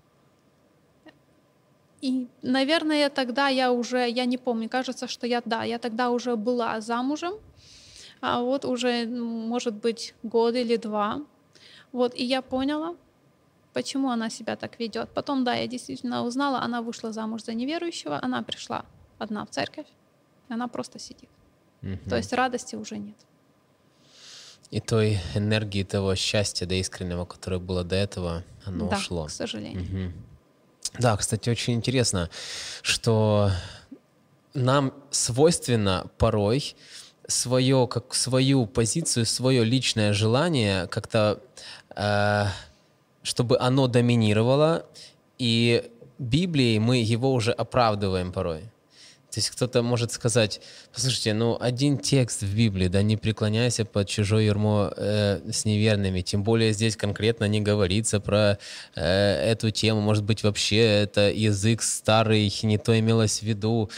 Speaker 1: И, наверное, тогда я не помню, кажется, что я тогда уже была замужем, уже, может быть, год или два. И я поняла, почему она себя так ведет. Потом, я действительно узнала, она вышла замуж за неверующего, она пришла одна в церковь, она просто сидит. То есть радости уже нет.
Speaker 2: И той энергии, того счастья, искреннего, которое было до этого, оно ушло.
Speaker 1: Да, к сожалению.
Speaker 2: Да, кстати, очень интересно, что нам свойственно порой свою позицию, свое личное желание как-то, чтобы оно доминировало, и Библией мы его уже оправдываем порой. То есть кто-то может сказать: послушайте, один текст в Библии, не преклоняйся под чужое ярмо с неверными, тем более здесь конкретно не говорится про эту тему, может быть, вообще это язык старый, не то имелось в виду.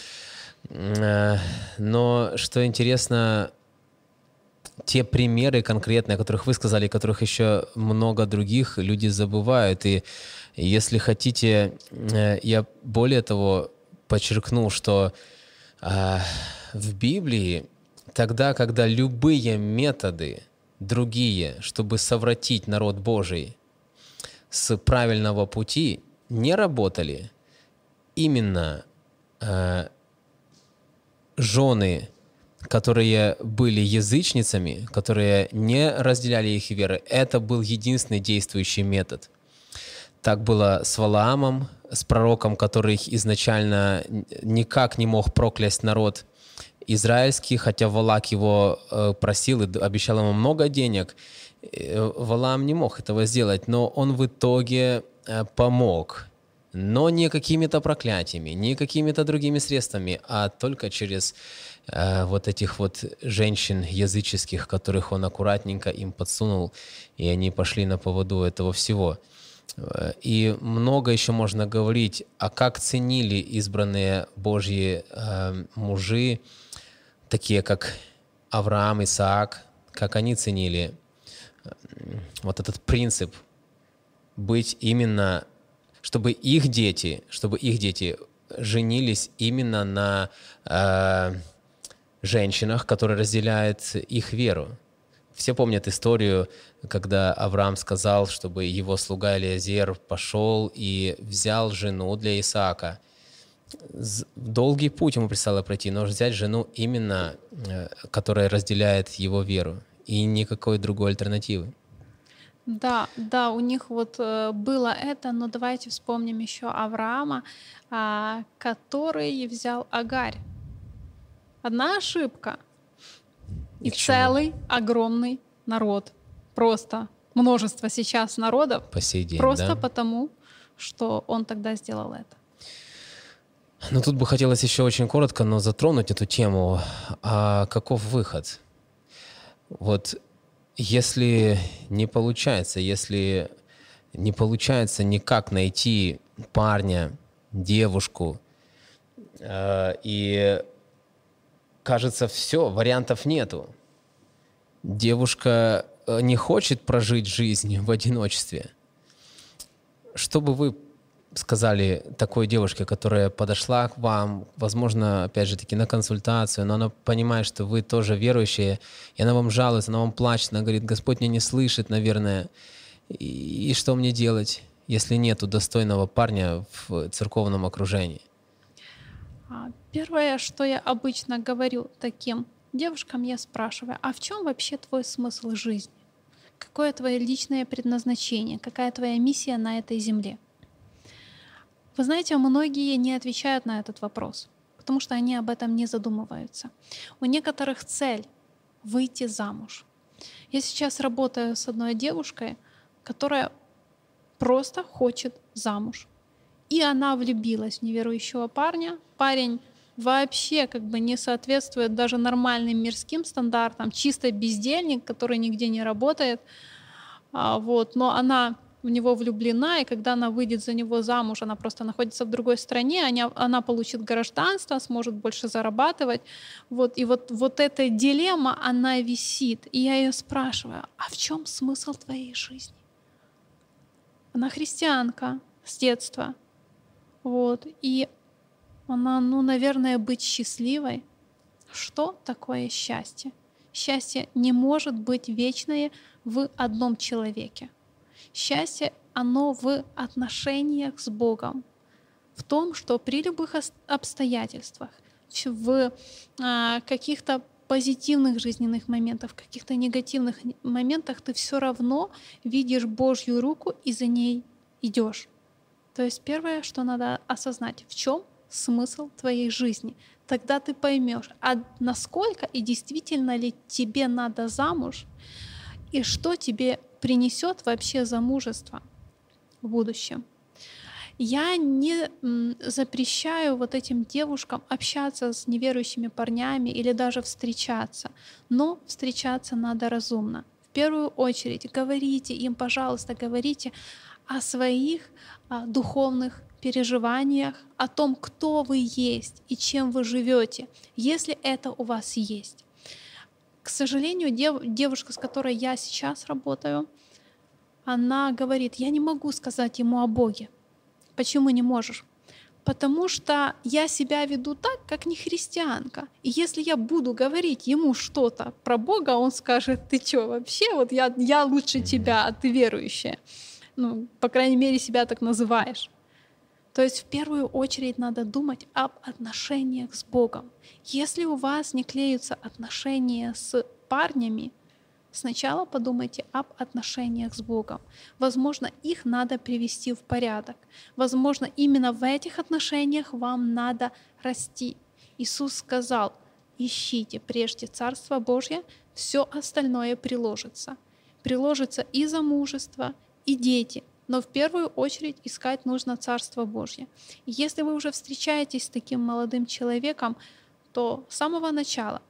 Speaker 2: Но что интересно, те примеры конкретные, о которых вы сказали, которых еще много других, люди забывают. И если хотите, я более того подчеркну, что в Библии тогда, когда любые методы другие, чтобы совратить народ Божий с правильного пути, не работали, именно жены, которые были язычницами, которые не разделяли их веры, это был единственный действующий метод. Так было с Валаамом, с пророком, который изначально никак не мог проклясть народ израильский, хотя Валак его просил и обещал ему много денег. Валаам не мог этого сделать, но он в итоге помог. Но не какими-то проклятиями, не какими-то другими средствами, а только через этих женщин языческих, которых он аккуратненько им подсунул, и они пошли на поводу этого всего. И много еще можно говорить, как ценили избранные Божьи мужи, такие как Авраам, Исаак, как они ценили этот принцип быть именно, чтобы их дети женились именно на женщинах, которые разделяют их веру. Все помнят историю, когда Авраам сказал, чтобы его слуга Элиазер пошел и взял жену для Исаака. Долгий путь ему предстояло пройти, но взять жену именно, которая разделяет его веру, и никакой другой альтернативы.
Speaker 1: Да, да, у них вот было это, но давайте вспомним еще Авраама, который взял Агарь. Одна ошибка,
Speaker 2: И
Speaker 1: и
Speaker 2: к чему?
Speaker 1: целый огромный народ. Просто множество сейчас народов,
Speaker 2: По сей день,
Speaker 1: просто
Speaker 2: да?
Speaker 1: потому, что он тогда сделал это.
Speaker 2: Ну, тут бы хотелось еще очень коротко, но затронуть эту тему. А каков выход? Вот если не получается никак найти парня, девушку, и кажется, все, вариантов нету. Девушка не хочет прожить жизнь в одиночестве. Что бы вы сказали такой девушке, которая подошла к вам, возможно, опять же таки, на консультацию, но она понимает, что вы тоже верующие, и она вам жалуется, она вам плачет, она говорит: Господь меня не слышит, наверное, и что мне делать, если нету достойного парня в церковном окружении?
Speaker 1: Первое, что я обычно говорю таким девушкам, я спрашиваю: а в чем вообще твой смысл жизни? Какое твое личное предназначение? Какая твоя миссия на этой земле? Вы знаете, многие не отвечают на этот вопрос, потому что они об этом не задумываются. У некоторых цель — выйти замуж. Я сейчас работаю с одной девушкой, которая просто хочет замуж. И она влюбилась в неверующего парня. Парень вообще как бы не соответствует даже нормальным мирским стандартам, чисто бездельник, который нигде не работает. Вот. Но она в него влюблена, и когда она выйдет за него замуж, она просто находится в другой стране, она получит гражданство, сможет больше зарабатывать. Вот. И вот эта дилемма, она висит. И я ее спрашиваю: а в чем смысл твоей жизни? Она христианка с детства. Вот. И она, наверное, быть счастливой. Что такое счастье? Счастье не может быть вечное в одном человеке. Счастье, оно в отношениях с Богом, в том, что при любых обстоятельствах, в каких-то позитивных жизненных моментах, в каких-то негативных моментах ты все равно видишь Божью руку и за ней идешь. То есть первое, что надо осознать, в чем смысл твоей жизни. Тогда ты поймешь, а насколько и действительно ли тебе надо замуж, и что тебе принесет вообще замужество в будущем. Я не запрещаю вот этим девушкам общаться с неверующими парнями или даже встречаться, но встречаться надо разумно. В первую очередь говорите им, пожалуйста, говорите о своих духовных переживаниях, о том, кто вы есть и чем вы живете, если это у вас есть. К сожалению, девушка, с которой я сейчас работаю, она говорит: я не могу сказать ему о Боге. Почему не можешь? Потому что я себя веду так, как не христианка. И если я буду говорить ему что-то про Бога, он скажет: ты что вообще? Вот я лучше тебя, а ты верующая. По крайней мере, себя так называешь. То есть в первую очередь надо думать об отношениях с Богом. Если у вас не клеются отношения с парнями, сначала подумайте об отношениях с Богом. Возможно, их надо привести в порядок. Возможно, именно в этих отношениях вам надо расти. Иисус сказал: ищите прежде Царство Божье, все остальное приложится. Приложится и замужество, и дети. Но в первую очередь искать нужно Царство Божье. И если вы уже встречаетесь с таким молодым человеком, то с самого начала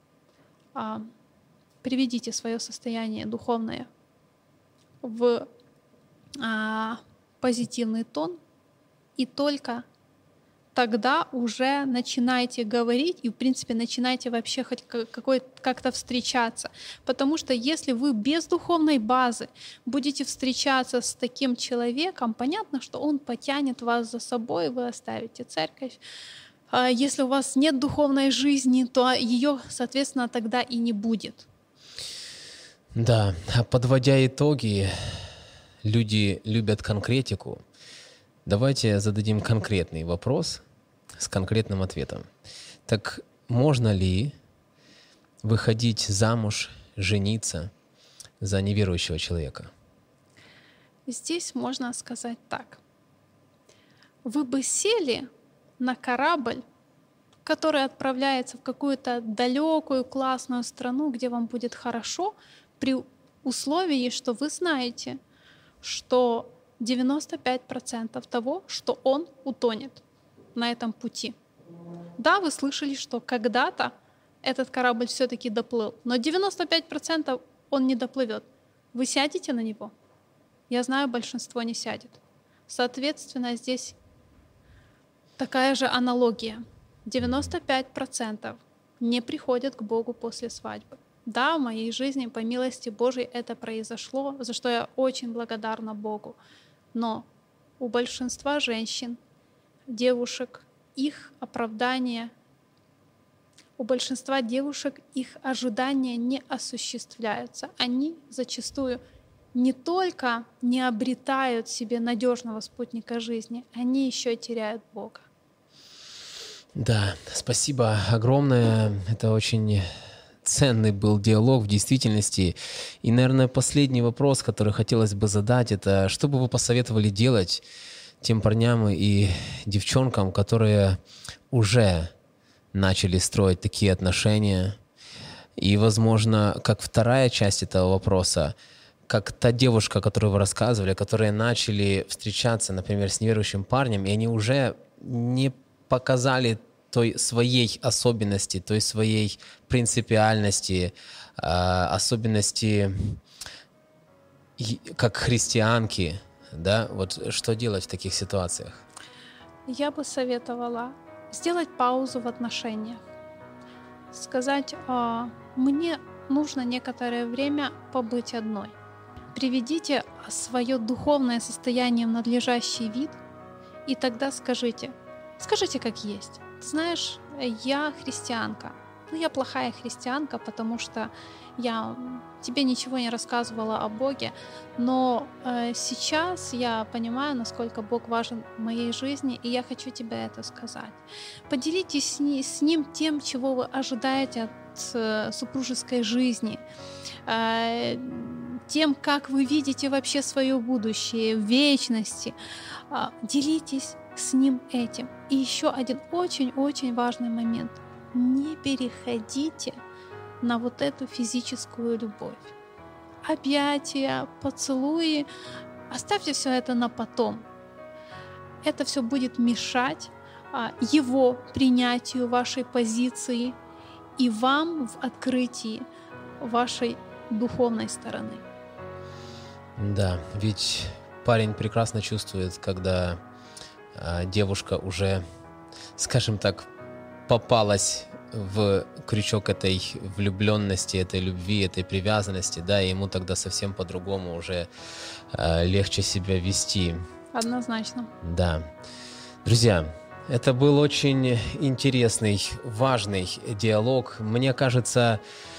Speaker 1: приведите свое состояние духовное в позитивный тон, и только тогда уже начинайте говорить и, в принципе, начинайте вообще хоть как-то встречаться. Потому что если вы без духовной базы будете встречаться с таким человеком, понятно, что он потянет вас за собой, вы оставите церковь. Если у вас нет духовной жизни, то ее, соответственно, тогда и не будет.
Speaker 2: Да, подводя итоги, люди любят конкретику. Давайте зададим конкретный вопрос с конкретным ответом. Так можно ли выходить замуж, жениться за неверующего человека?
Speaker 1: Здесь можно сказать так. Вы бы сели на корабль, который отправляется в какую-то далекую классную страну, где вам будет хорошо, при условии, что вы знаете, что 95% того, что он утонет на этом пути. Да, вы слышали, что когда-то этот корабль все-таки доплыл, но 95% он не доплывет. Вы сядете на него? Я знаю, большинство не сядет. Соответственно, здесь такая же аналогия. 95% не приходят к Богу после свадьбы. Да, в моей жизни, по милости Божьей, это произошло, за что я очень благодарна Богу. Но у большинства женщин, девушек, их оправдание, у большинства девушек их ожидания не осуществляются. Они зачастую не только не обретают себе надежного спутника жизни, они еще и теряют Бога.
Speaker 2: Да, спасибо огромное. Это очень ценный был диалог в действительности. И, наверное, последний вопрос, который хотелось бы задать, это что бы вы посоветовали делать тем парням и девчонкам, которые уже начали строить такие отношения? И, возможно, как вторая часть этого вопроса, как та девушка, о которой вы рассказывали, которые начали встречаться, например, с неверующим парнем, и они уже не показали той своей особенности, той своей принципиальности, особенности как христианки, да? Вот что делать в таких ситуациях?
Speaker 1: Я бы советовала сделать паузу в отношениях, сказать, мне нужно некоторое время побыть одной. Приведите свое духовное состояние в надлежащий вид, и тогда скажите как есть. Ты знаешь, я христианка. Я плохая христианка, потому что я тебе ничего не рассказывала о Боге, но сейчас я понимаю, насколько Бог важен в моей жизни, и я хочу тебе это сказать. Поделитесь с Ним тем, чего вы ожидаете от супружеской жизни, тем, как вы видите вообще свое будущее в вечности. Делитесь с Ним этим. И еще один очень-очень важный момент. Не переходите на вот эту физическую любовь. Объятия, поцелуи. Оставьте все это на потом. Это все будет мешать Его принятию вашей позиции и вам в открытии вашей духовной стороны.
Speaker 2: Да, ведь парень прекрасно чувствует, когда девушка уже, скажем так, попалась в крючок этой влюбленности, этой любви, этой привязанности, да, и ему тогда совсем по-другому уже легче себя вести.
Speaker 1: Однозначно.
Speaker 2: Да. Друзья, это был очень интересный, важный диалог. Мне кажется,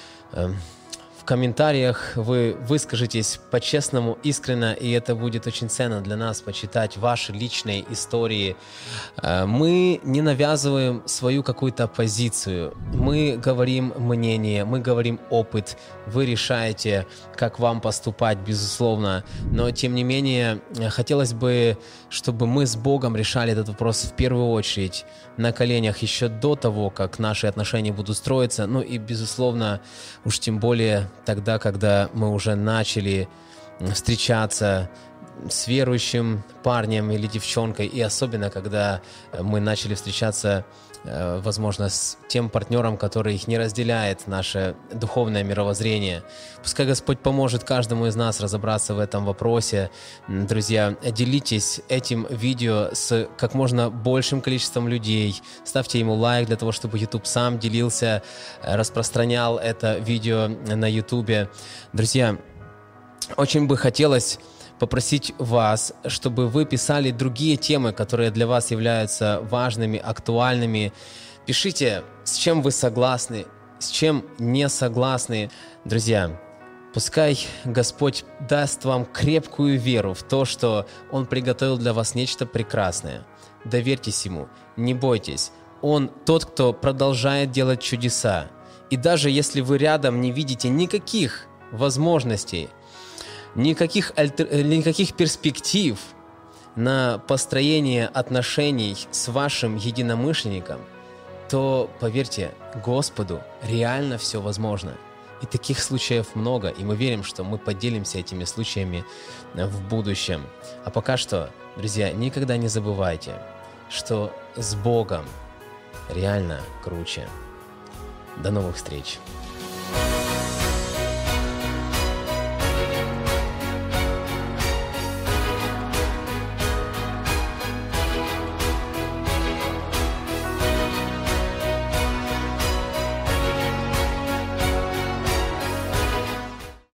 Speaker 2: в комментариях вы выскажетесь по-честному, искренне, и это будет очень ценно для нас почитать ваши личные истории. Мы не навязываем свою какую-то позицию, мы говорим мнение, мы говорим опыт, вы решаете, как вам поступать, безусловно, но тем не менее хотелось бы, чтобы мы с Богом решали этот вопрос в первую очередь на коленях еще до того, как наши отношения будут строиться, ну и, безусловно, уж тем более тогда, когда мы уже начали встречаться с верующим парнем или девчонкой, и особенно, когда мы начали встречаться, возможно, с тем партнером, который их не разделяет, наше духовное мировоззрение. Пускай Господь поможет каждому из нас разобраться в этом вопросе. Друзья, делитесь этим видео с как можно большим количеством людей. Ставьте ему лайк для того, чтобы YouTube сам делился, распространял это видео на YouTube. Друзья, очень бы хотелось попросить вас, чтобы вы писали другие темы, которые для вас являются важными, актуальными. Пишите, с чем вы согласны, с чем не согласны. Друзья, пускай Господь даст вам крепкую веру в то, что Он приготовил для вас нечто прекрасное. Доверьтесь Ему, не бойтесь. Он тот, кто продолжает делать чудеса. И даже если вы рядом не видите никаких возможностей никаких перспектив на построение отношений с вашим единомышленником, то, поверьте, Господу реально все возможно. И таких случаев много, и мы верим, что мы поделимся этими случаями в будущем. А пока что, друзья, никогда не забывайте, что с Богом реально круче. До новых встреч!